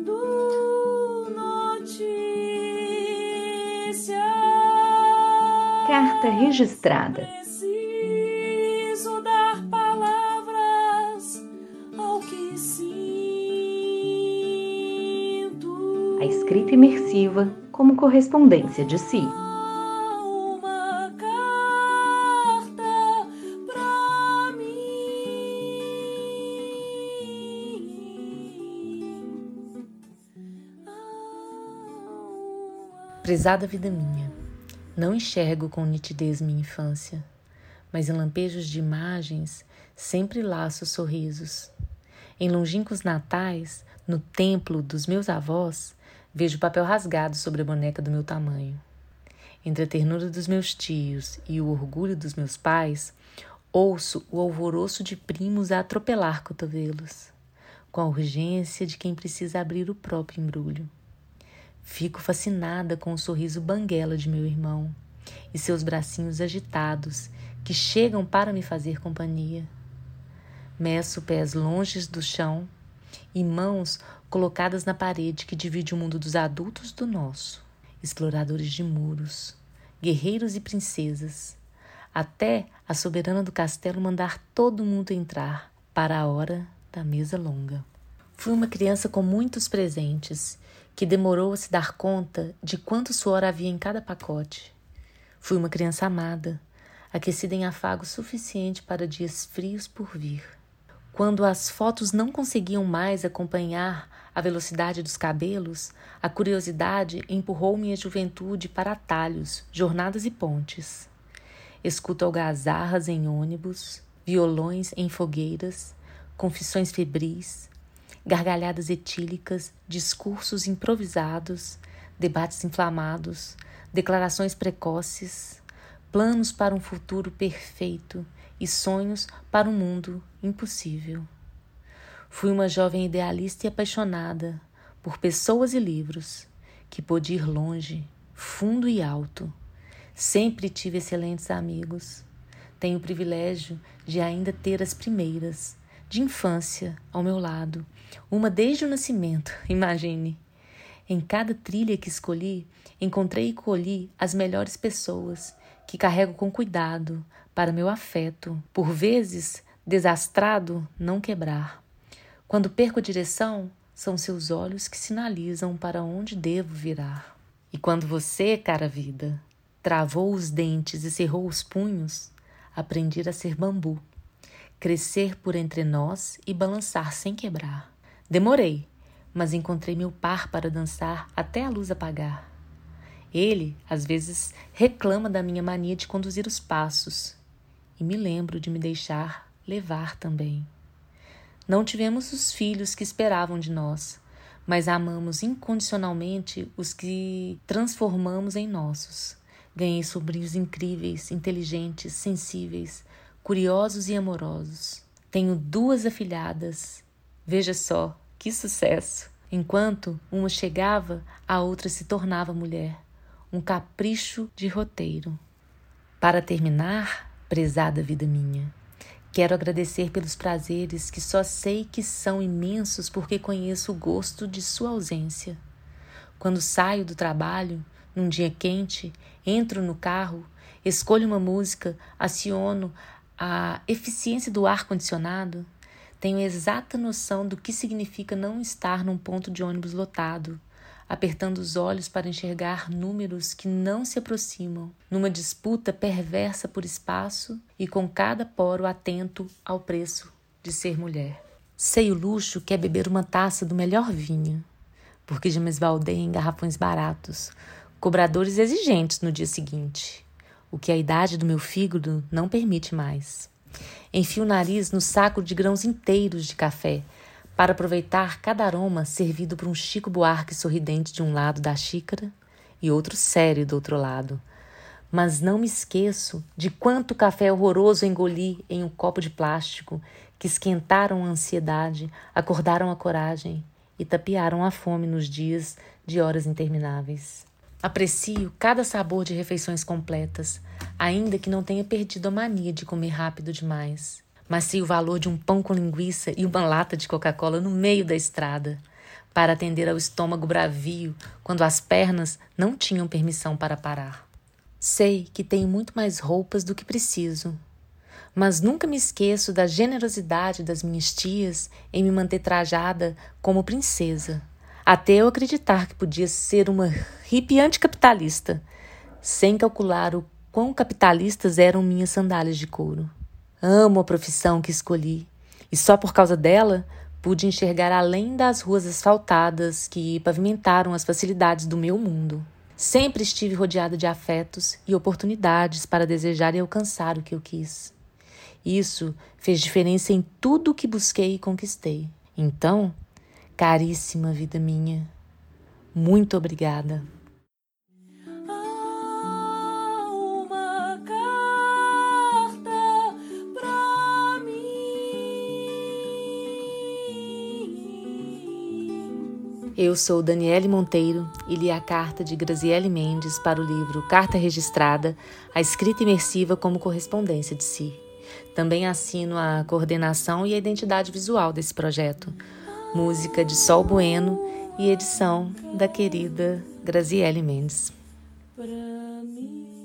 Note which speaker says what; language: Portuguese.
Speaker 1: Carta registrada.
Speaker 2: Preciso dar palavras ao que sinto.
Speaker 1: A escrita imersiva como correspondência de si.
Speaker 2: Uma carta pra mim.
Speaker 3: Prezada vida minha, não enxergo com nitidez minha infância, mas em lampejos de imagens sempre laço sorrisos. Em longínquos natais, no templo dos meus avós, vejo papel rasgado sobre a boneca do meu tamanho. Entre a ternura dos meus tios e o orgulho dos meus pais, ouço o alvoroço de primos a atropelar cotovelos, com a urgência de quem precisa abrir o próprio embrulho. Fico fascinada com o sorriso banguela de meu irmão e seus bracinhos agitados que chegam para me fazer companhia. Meço pés longe do chão e mãos colocadas na parede que divide o mundo dos adultos do nosso. Exploradores de muros, guerreiros e princesas, até a soberana do castelo mandar todo mundo entrar para a hora da mesa longa. Fui uma criança com muitos presentes, que demorou a se dar conta de quanto suor havia em cada pacote. Fui uma criança amada, aquecida em afago suficiente para dias frios por vir. Quando as fotos não conseguiam mais acompanhar a velocidade dos cabelos, a curiosidade empurrou minha juventude para atalhos, jornadas e pontes. Escuto algazarras em ônibus, violões em fogueiras, confissões febris, gargalhadas etílicas, discursos improvisados, debates inflamados, declarações precoces, planos para um futuro perfeito e sonhos para um mundo impossível. Fui uma jovem idealista e apaixonada por pessoas e livros, que pôde ir longe, fundo e alto. Sempre tive excelentes amigos. Tenho o privilégio de ainda ter as primeiras, de infância, ao meu lado, uma desde o nascimento, imagine. Em cada trilha que escolhi, encontrei e colhi as melhores pessoas, que carrego com cuidado, para meu afeto, por vezes desastrado, não quebrar. Quando perco a direção, são seus olhos que sinalizam para onde devo virar. E quando você, cara vida, travou os dentes e cerrou os punhos, aprendi a ser bambu, crescer por entre nós e balançar sem quebrar. Demorei, mas encontrei meu par para dançar até a luz apagar. Ele, às vezes, reclama da minha mania de conduzir os passos, e me lembro de me deixar levar também. Não tivemos os filhos que esperavam de nós, mas amamos incondicionalmente os que transformamos em nossos. Ganhei sobrinhos incríveis, inteligentes, sensíveis, curiosos e amorosos. Tenho 2 afilhadas. Veja só, que sucesso! Enquanto uma chegava, a outra se tornava mulher. Um capricho de roteiro. Para terminar, prezada vida minha, quero agradecer pelos prazeres que só sei que são imensos porque conheço o gosto de sua ausência. Quando saio do trabalho, num dia quente, entro no carro, escolho uma música, aciono a eficiência do ar-condicionado, tenho exata noção do que significa não estar num ponto de ônibus lotado, apertando os olhos para enxergar números que não se aproximam, numa disputa perversa por espaço e com cada poro atento ao preço de ser mulher. Sei o luxo que é beber uma taça do melhor vinho, porque já me esbaldei em garrafões baratos, cobradores exigentes no dia seguinte, o que a idade do meu fígado não permite mais. Enfio o nariz no saco de grãos inteiros de café, para aproveitar cada aroma servido por um Chico Buarque sorridente de um lado da xícara e outro sério do outro lado. Mas não me esqueço de quanto café horroroso engoli em um copo de plástico que esquentaram a ansiedade, acordaram a coragem e tapearam a fome nos dias de horas intermináveis. Aprecio cada sabor de refeições completas, ainda que não tenha perdido a mania de comer rápido demais. Mas sei o valor de um pão com linguiça e uma lata de Coca-Cola no meio da estrada. para atender ao estômago bravio quando as pernas não tinham permissão para parar. Sei que tenho muito mais roupas do que preciso, mas nunca me esqueço da generosidade das minhas tias em me manter trajada como princesa, até eu acreditar que podia ser uma hippie anticapitalista, sem calcular o quão capitalistas eram minhas sandálias de couro. Amo a profissão que escolhi, e só por causa dela pude enxergar além das ruas asfaltadas que pavimentaram as facilidades do meu mundo. Sempre estive rodeada de afetos e oportunidades para desejar e alcançar o que eu quis. Isso fez diferença em tudo o que busquei e conquistei. Então, caríssima vida minha, muito obrigada.
Speaker 2: Uma carta pra mim.
Speaker 3: Eu sou Daniele Monteiro e li a carta de Graziele Mendes para o livro Carta Registrada, a escrita imersiva como correspondência de si. Também assino a coordenação e a identidade visual desse projeto. Música de Sol Bueno e edição da querida Graziele Mendes.
Speaker 2: Pra mim.